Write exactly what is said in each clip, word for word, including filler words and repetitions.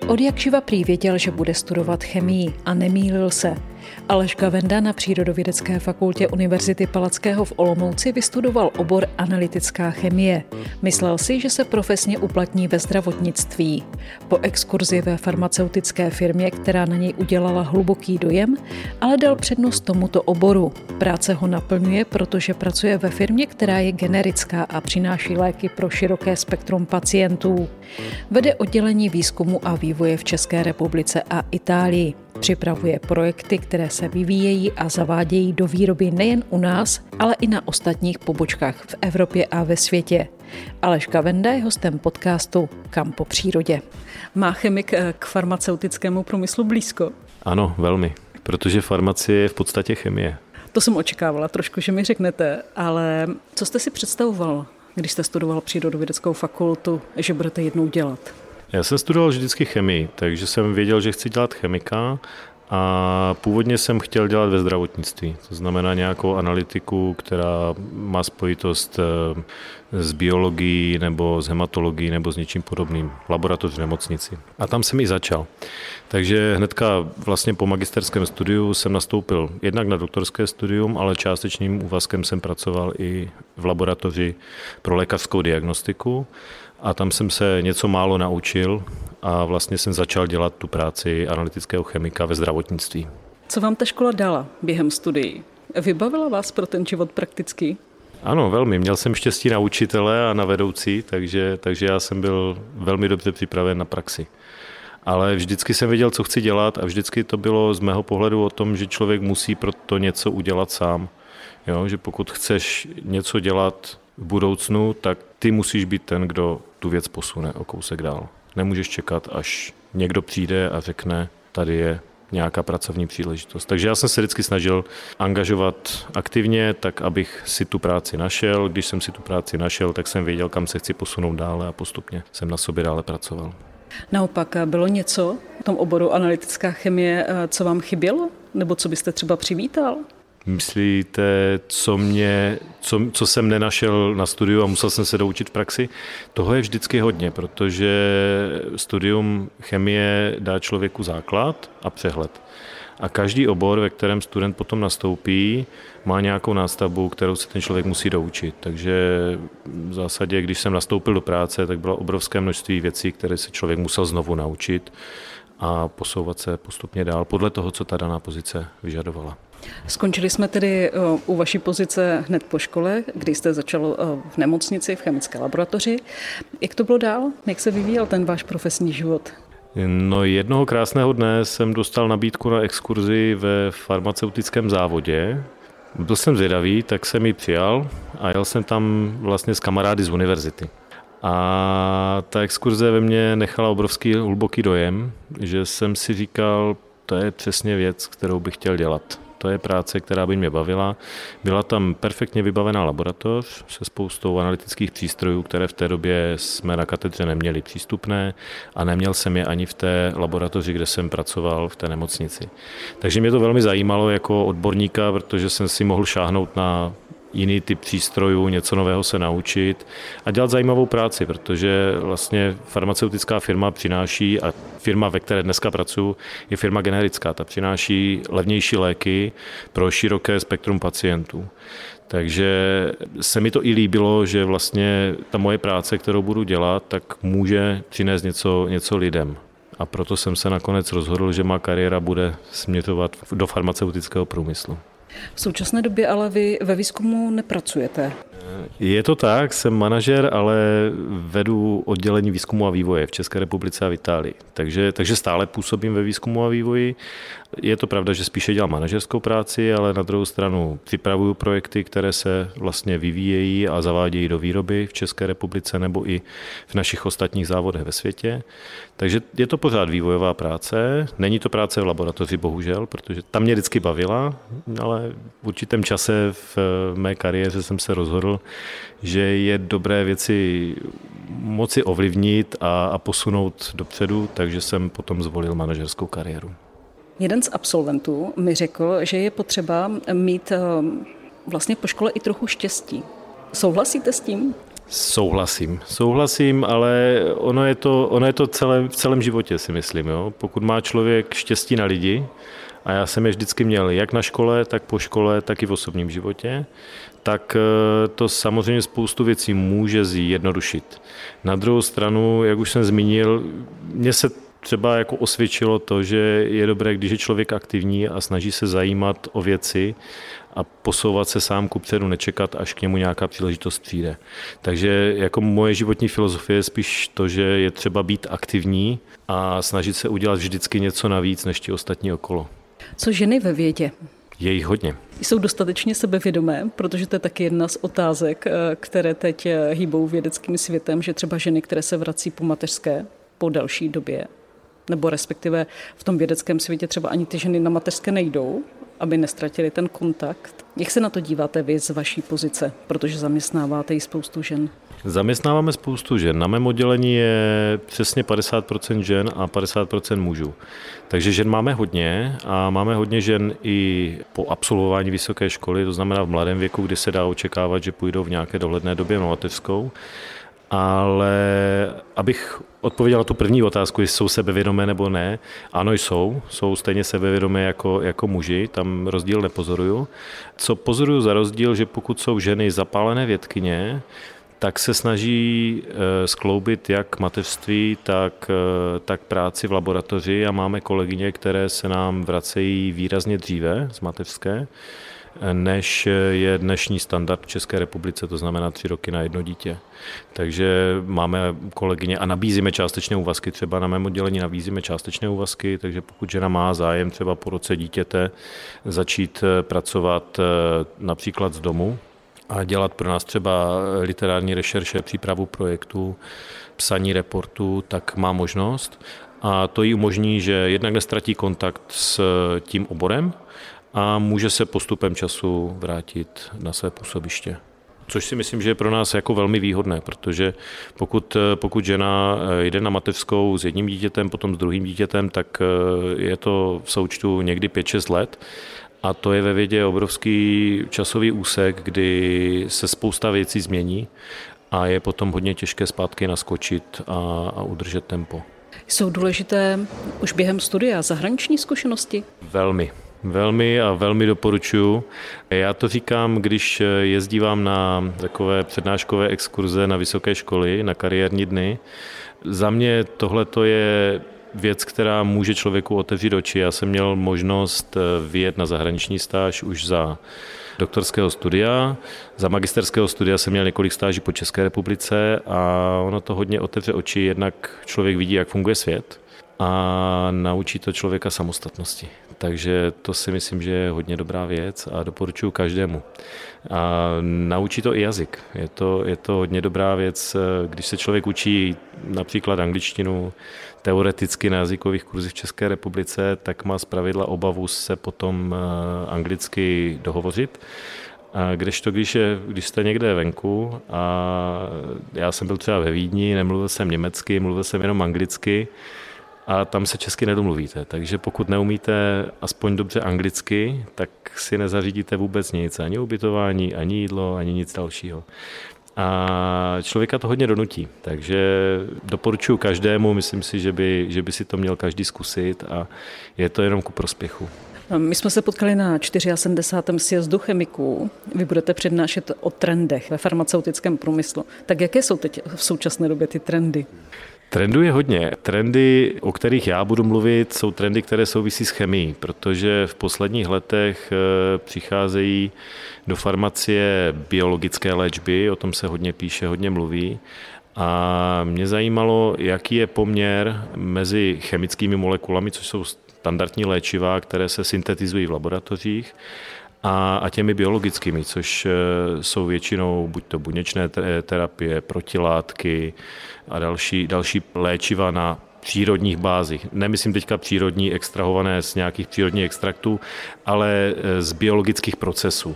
Od jakživa prý věděl, že bude studovat chemii a nemýlil se. Aleš Gavenda na Přírodovědecké fakultě Univerzity Palackého v Olomouci vystudoval obor analytická chemie. Myslel si, že se profesně uplatní ve zdravotnictví. Po exkurzi ve farmaceutické firmě, která na něj udělala hluboký dojem, ale dal přednost tomuto oboru. Práce ho naplňuje, protože pracuje ve firmě, která je generická a přináší léky pro široké spektrum pacientů. Vede oddělení výzkumu a vývoje v České republice a Itálii. Připravuje projekty, které se vyvíjejí a zavádějí do výroby nejen u nás, ale i na ostatních pobočkách v Evropě a ve světě. Aleš Gavenda je hostem podcastu Kam po přírodě. Má chemik k farmaceutickému průmyslu blízko? Ano, velmi, protože farmacie je v podstatě chemie. To jsem očekávala trošku, že mi řeknete, ale co jste si představoval, když jste studoval Přírodovědeckou fakultu, že budete jednou dělat? Já jsem studoval vždycky chemii, takže jsem věděl, že chci dělat chemika a původně jsem chtěl dělat ve zdravotnictví. To znamená nějakou analytiku, která má spojitost s biologií nebo s hematologií nebo s něčím podobným, laboratoř v nemocnici. A tam jsem i začal. Takže hnedka vlastně po magisterském studiu jsem nastoupil jednak na doktorské studium, ale částečným úvazkem jsem pracoval i v laboratoři pro lékařskou diagnostiku. A tam jsem se něco málo naučil a vlastně jsem začal dělat tu práci analytického chemika ve zdravotnictví. Co vám ta škola dala během studií? Vybavila vás pro ten život prakticky? Ano, velmi. Měl jsem štěstí na učitele a na vedoucí, takže, takže já jsem byl velmi dobře připraven na praxi. Ale vždycky jsem věděl, co chci dělat a vždycky to bylo z mého pohledu o tom, že člověk musí pro to něco udělat sám. Jo, že pokud chceš něco dělat v budoucnu, tak ty musíš být ten, kdo tu věc posune o kousek dál. Nemůžeš čekat, až někdo přijde a řekne, tady je nějaká pracovní příležitost. Takže já jsem se vždycky snažil angažovat aktivně, tak abych si tu práci našel. Když jsem si tu práci našel, tak jsem věděl, kam se chci posunout dále a postupně jsem na sobě dále pracoval. Naopak, bylo něco v tom oboru analytická chemie, co vám chybělo? Nebo co byste třeba přivítal? Myslíte, co, mě, co, co jsem nenašel na studiu a musel jsem se doučit v praxi? Toho je vždycky hodně, protože studium chemie dá člověku základ a přehled. A každý obor, ve kterém student potom nastoupí, má nějakou nástavbu, kterou se ten člověk musí doučit. Takže v zásadě, když jsem nastoupil do práce, tak bylo obrovské množství věcí, které se člověk musel znovu naučit a posouvat se postupně dál podle toho, co ta daná pozice vyžadovala. Skončili jsme tedy u vaší pozice hned po škole, kdy jste začal v nemocnici, v chemické laboratoři. Jak to bylo dál? Jak se vyvíjel ten váš profesní život? No, jednoho krásného dne jsem dostal nabídku na exkurzi ve farmaceutickém závodě. Byl jsem zvědavý, tak jsem ji přijal a jel jsem tam vlastně s kamarády z univerzity. A ta exkurze ve mně nechala obrovský hluboký dojem, že jsem si říkal, to je přesně věc, kterou bych chtěl dělat. To je práce, která by mě bavila. Byla tam perfektně vybavená laboratoř se spoustou analytických přístrojů, které v té době jsme na katedře neměli přístupné a neměl jsem je ani v té laboratoři, kde jsem pracoval v té nemocnici. Takže mě to velmi zajímalo jako odborníka, protože jsem si mohl šáhnout na jiný typ přístrojů, něco nového se naučit a dělat zajímavou práci, protože vlastně farmaceutická firma přináší, a firma, ve které dneska pracuji, je firma generická, ta přináší levnější léky pro široké spektrum pacientů. Takže se mi to i líbilo, že vlastně ta moje práce, kterou budu dělat, tak může přinést něco, něco lidem. A proto jsem se nakonec rozhodl, že má kariéra bude směřovat do farmaceutického průmyslu. V současné době ale vy ve výzkumu nepracujete. Je to tak, jsem manažer, ale vedu oddělení výzkumu a vývoje v České republice a v Itálii. Takže, takže stále působím ve výzkumu a vývoji. Je to pravda, že spíše dělám manažerskou práci, ale na druhou stranu připravuju projekty, které se vlastně vyvíjejí a zavádějí do výroby v České republice nebo i v našich ostatních závodech ve světě. Takže je to pořád vývojová práce. Není to práce v laboratoři, bohužel, protože tam mě vždycky bavila, ale v určitém čase v mé kariéře jsem se rozhodl, že je dobré věci moci ovlivnit a, a posunout dopředu, takže jsem potom zvolil manažerskou kariéru. Jeden z absolventů mi řekl, že je potřeba mít vlastně po škole i trochu štěstí. Souhlasíte s tím? Souhlasím, souhlasím, ale ono je to, ono je to celé, v celém životě, si myslím. Jo? Pokud má člověk štěstí na lidi, a já jsem je vždycky měl jak na škole, tak po škole, tak i v osobním životě, tak to samozřejmě spoustu věcí může zjednodušit. Na druhou stranu, jak už jsem zmínil, mně se třeba jako osvědčilo to, že je dobré, když je člověk aktivní a snaží se zajímat o věci a posouvat se sám kupředu, nečekat, až k němu nějaká příležitost přijde. Takže jako moje životní filozofie je spíš to, že je třeba být aktivní a snažit se udělat vždycky něco navíc než ti ostatní okolo. Co ženy ve vědě? Je jich hodně. Jsou dostatečně sebevědomé, protože to je taky jedna z otázek, které teď hýbou vědeckým světem, že třeba ženy, které se vrací po mateřské po delší době, nebo respektive v tom vědeckém světě třeba ani ty ženy na mateřské nejdou, aby nestratili ten kontakt. Jak se na to díváte vy z vaší pozice, protože zaměstnáváte i spoustu žen? Zaměstnáváme spoustu žen. Na mém oddělení je přesně padesát procent žen a padesát procent mužů. Takže žen máme hodně a máme hodně žen i po absolvování vysoké školy, to znamená v mladém věku, kdy se dá očekávat, že půjdou v nějaké dohledné době na mateřskou. Ale abych odpověděl na tu první otázku, jestli jsou sebevědomé nebo ne, ano, jsou, jsou stejně sebevědomé jako, jako muži, tam rozdíl nepozoruju. Co pozoruju za rozdíl, že pokud jsou ženy zapálené vědkyně, tak se snaží skloubit jak mateřství, tak, tak práci v laboratoři a máme kolegyně, které se nám vracejí výrazně dříve z mateřské, než je dnešní standard v České republice, to znamená tři roky na jedno dítě. Takže máme kolegyně a nabízíme částečné úvazky, třeba na mém oddělení nabízíme částečné úvazky, takže pokud žena má zájem třeba po roce dítěte začít pracovat například z domu a dělat pro nás třeba literární rešerše, přípravu projektů, psaní reportů, tak má možnost. A to jí umožní, že jednak nestratí kontakt s tím oborem, a může se postupem času vrátit na své působiště. Což si myslím, že je pro nás jako velmi výhodné, protože pokud, pokud žena jde na mateřskou s jedním dítětem, potom s druhým dítětem, tak je to v součtu někdy pět šest let. A to je ve vědě obrovský časový úsek, kdy se spousta věcí změní a je potom hodně těžké zpátky naskočit a, a udržet tempo. Jsou důležité už během studia zahraniční zkušenosti? Velmi. Velmi a velmi doporučuji. Já to říkám, když jezdívám na takové přednáškové exkurze na vysoké školy, na kariérní dny. Za mě tohle je věc, která může člověku otevřít oči. Já jsem měl možnost vyjet na zahraniční stáž už za doktorského studia. Za magisterského studia jsem měl několik stáží po České republice a ono to hodně otevře oči. Jednak člověk vidí, jak funguje svět a naučí to člověka samostatnosti. Takže to si myslím, že je hodně dobrá věc a doporučuji každému. A naučí to i jazyk. Je to, je to hodně dobrá věc, když se člověk učí například angličtinu teoreticky na jazykových kurzích v České republice, tak má zpravidla obavu se potom anglicky dohovořit. A kdežto, když, je, když jste někde venku a já jsem byl třeba ve Vídni, nemluvil jsem německy, mluvil jsem jenom anglicky, a tam se česky nedomluvíte, takže pokud neumíte aspoň dobře anglicky, tak si nezařídíte vůbec nic, ani ubytování, ani jídlo, ani nic dalšího. A člověka to hodně donutí, takže doporučuji každému, myslím si, že by, že by si to měl každý zkusit a je to jenom ku prospěchu. My jsme se potkali na sedmdesátém čtvrtém sjezdu chemiků. Vy budete přednášet o trendech ve farmaceutickém průmyslu. Tak jaké jsou teď v současné době ty trendy? Trendů je hodně. Trendy, o kterých já budu mluvit, jsou trendy, které souvisí s chemií, protože v posledních letech přicházejí do farmacie biologické léčby, o tom se hodně píše, hodně mluví. A mě zajímalo, jaký je poměr mezi chemickými molekulami, což jsou standardní léčiva, které se syntetizují v laboratořích, a, a těmi biologickými, což jsou většinou buď to buněčné terapie, protilátky a další, další léčiva na přírodních bázích. Nemyslím teďka přírodní, extrahované z nějakých přírodních extraktů, ale z biologických procesů.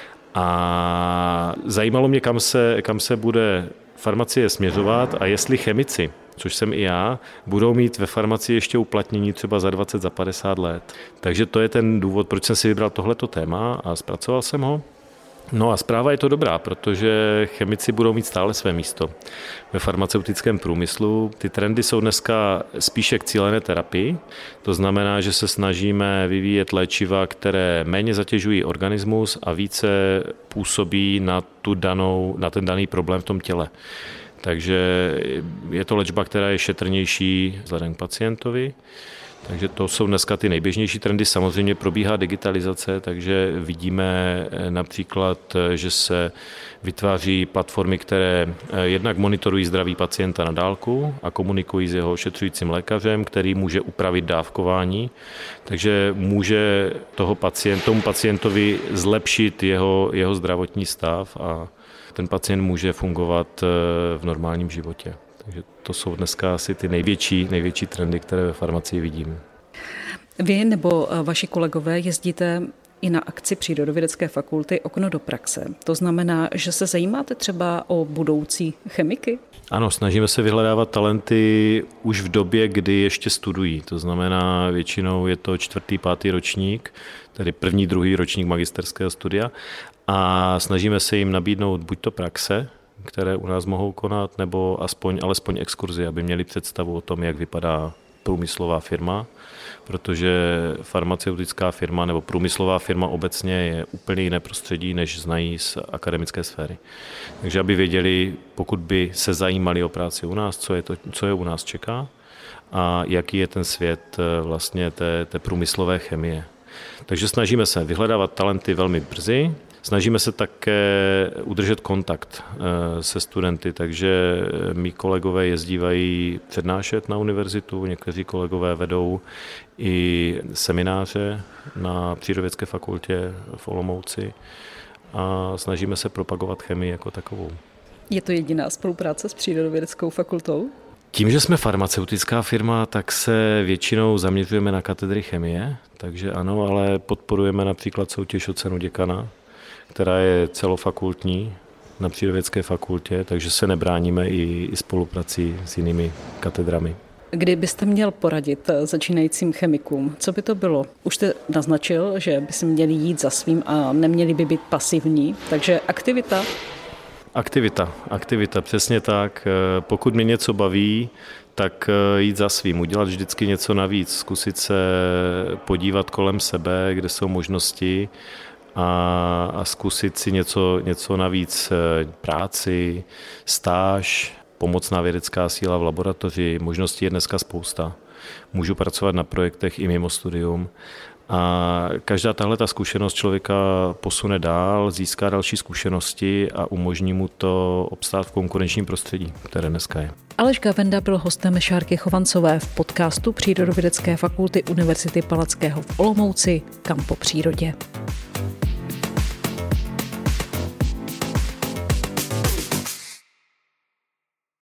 A zajímalo mě, kam se, kam se bude farmacie směřovat a jestli chemici, což jsem i já, budou mít ve farmacii ještě uplatnění třeba za dvacet, za padesát let. Takže to je ten důvod, proč jsem si vybral tohleto téma a zpracoval jsem ho. No a zpráva je to dobrá, protože chemici budou mít stále své místo ve farmaceutickém průmyslu. Ty trendy jsou dneska spíše k cílené terapii, to znamená, že se snažíme vyvíjet léčiva, které méně zatěžují organismus a více působí na, tu danou, na ten daný problém v tom těle. Takže je to léčba, která je šetrnější vzhledem k pacientovi. Takže to jsou dneska ty nejběžnější trendy. Samozřejmě probíhá digitalizace, takže vidíme například, že se vytváří platformy, které jednak monitorují zdraví pacienta na dálku a komunikují s jeho ošetřujícím lékařem, který může upravit dávkování, takže může toho pacient, tomu pacientovi zlepšit jeho, jeho zdravotní stav a ten pacient může fungovat v normálním životě. Takže to jsou dneska asi ty největší, největší trendy, které ve farmacii vidím. Vy nebo vaši kolegové jezdíte i na akci Přírodovědecké fakulty Okno do praxe. To znamená, že se zajímáte třeba o budoucí chemiky? Ano, snažíme se vyhledávat talenty už v době, kdy ještě studují. To znamená, většinou je to čtvrtý, pátý ročník, tedy první, druhý ročník magisterského studia a snažíme se jim nabídnout buď to praxe, které u nás mohou konat, nebo aspoň, alespoň exkurzi, aby měli představu o tom, jak vypadá průmyslová firma, protože farmaceutická firma nebo průmyslová firma obecně je úplně jiné prostředí, než znají z akademické sféry. Takže aby věděli, pokud by se zajímali o práci u nás, co je, to, co je u nás čeká a jaký je ten svět vlastně té, té průmyslové chemie. Takže snažíme se vyhledávat talenty velmi brzy. Snažíme se také udržet kontakt se studenty, takže mí kolegové jezdívají přednášet na univerzitu, někteří kolegové vedou i semináře na Přírodovědecké fakultě v Olomouci a snažíme se propagovat chemii jako takovou. Je to jediná spolupráce s Přírodovědeckou fakultou? Tím, že jsme farmaceutická firma, tak se většinou zaměřujeme na katedry chemie, takže ano, ale podporujeme například soutěž o cenu děkana, která je celofakultní na Přírodovědecké fakultě, takže se nebráníme i, i spoluprací s jinými katedrami. Kdybyste měl poradit začínajícím chemikům, co by to bylo? Už jste naznačil, že by si měli jít za svým a neměli by být pasivní, takže aktivita? Aktivita, aktivita, přesně tak. Pokud mě něco baví, tak jít za svým, udělat vždycky něco navíc, zkusit se podívat kolem sebe, kde jsou možnosti, a, a zkusit si něco, něco navíc, práci, stáž, pomocná vědecká síla v laboratoři, možností je dneska spousta. Můžu pracovat na projektech i mimo studium a každá tahle ta zkušenost člověka posune dál, získá další zkušenosti a umožní mu to obstát v konkurenčním prostředí, které dneska je. Aleš Gavenda byl hostem Šárky Chovancové v podcastu Přírodovědecké fakulty Univerzity Palackého v Olomouci Kam po přírodě.